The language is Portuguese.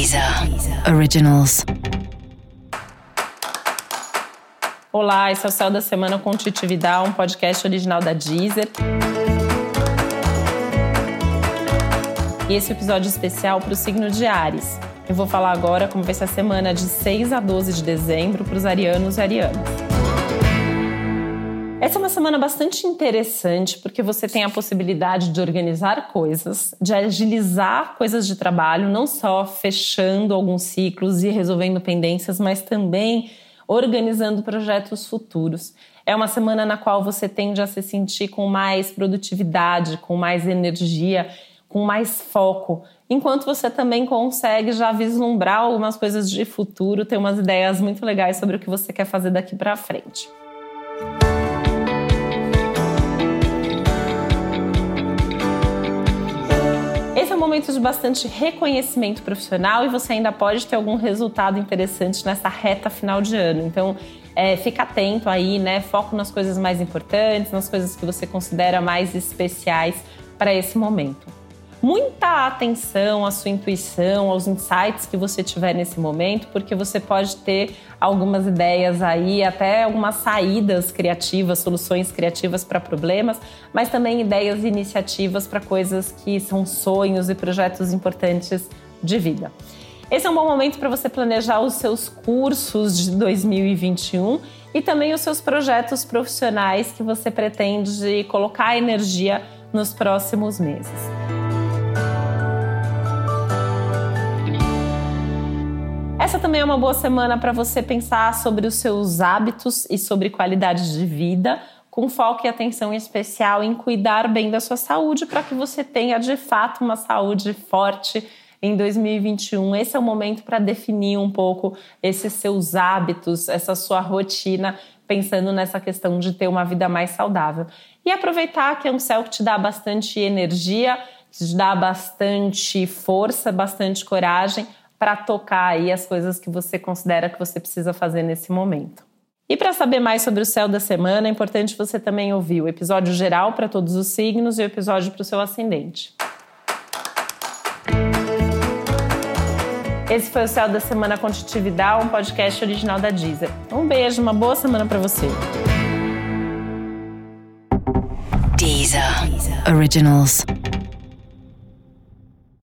Deezer Originals. Olá, esse é o Céu da Semana com Titi Vidal, um podcast original da Deezer. E esse episódio especial para o signo de Áries. Eu vou falar agora como vai ser a semana de 6 a 12 de dezembro para os arianos e arianas. Essa é uma semana bastante interessante porque você tem a possibilidade de organizar coisas, de agilizar coisas de trabalho, não só fechando alguns ciclos e resolvendo pendências, mas também organizando projetos futuros. É uma semana na qual você tende a se sentir com mais produtividade, com mais energia, com mais foco, enquanto você também consegue já vislumbrar algumas coisas de futuro, ter umas ideias muito legais sobre o que você quer fazer daqui para frente. Esse é um momento de bastante reconhecimento profissional e você ainda pode ter algum resultado interessante nessa reta final de ano. Então, fica atento aí, né? Foco nas coisas mais importantes, nas coisas que você considera mais especiais para esse momento. Muita atenção à sua intuição, aos insights que você tiver nesse momento, porque você pode ter algumas ideias aí, até algumas saídas criativas, soluções criativas para problemas, mas também ideias e iniciativas para coisas que são sonhos e projetos importantes de vida. Esse é um bom momento para você planejar os seus cursos de 2021 e também os seus projetos profissionais que você pretende colocar energia nos próximos meses. Essa também é uma boa semana para você pensar sobre os seus hábitos e sobre qualidade de vida, com foco e atenção especial em cuidar bem da sua saúde para que você tenha, de fato, uma saúde forte em 2021. Esse é o momento para definir um pouco esses seus hábitos, essa sua rotina, pensando nessa questão de ter uma vida mais saudável. E aproveitar que é um céu que te dá bastante energia, te dá bastante força, bastante coragem, para tocar aí as coisas que você considera que você precisa fazer nesse momento. E para saber mais sobre o céu da semana, é importante você também ouvir o episódio geral para todos os signos e o episódio para o seu ascendente. Esse foi o Céu da Semana com Titi Vidal, um podcast original da Deezer. Um beijo, uma boa semana para você. Deezer Originals.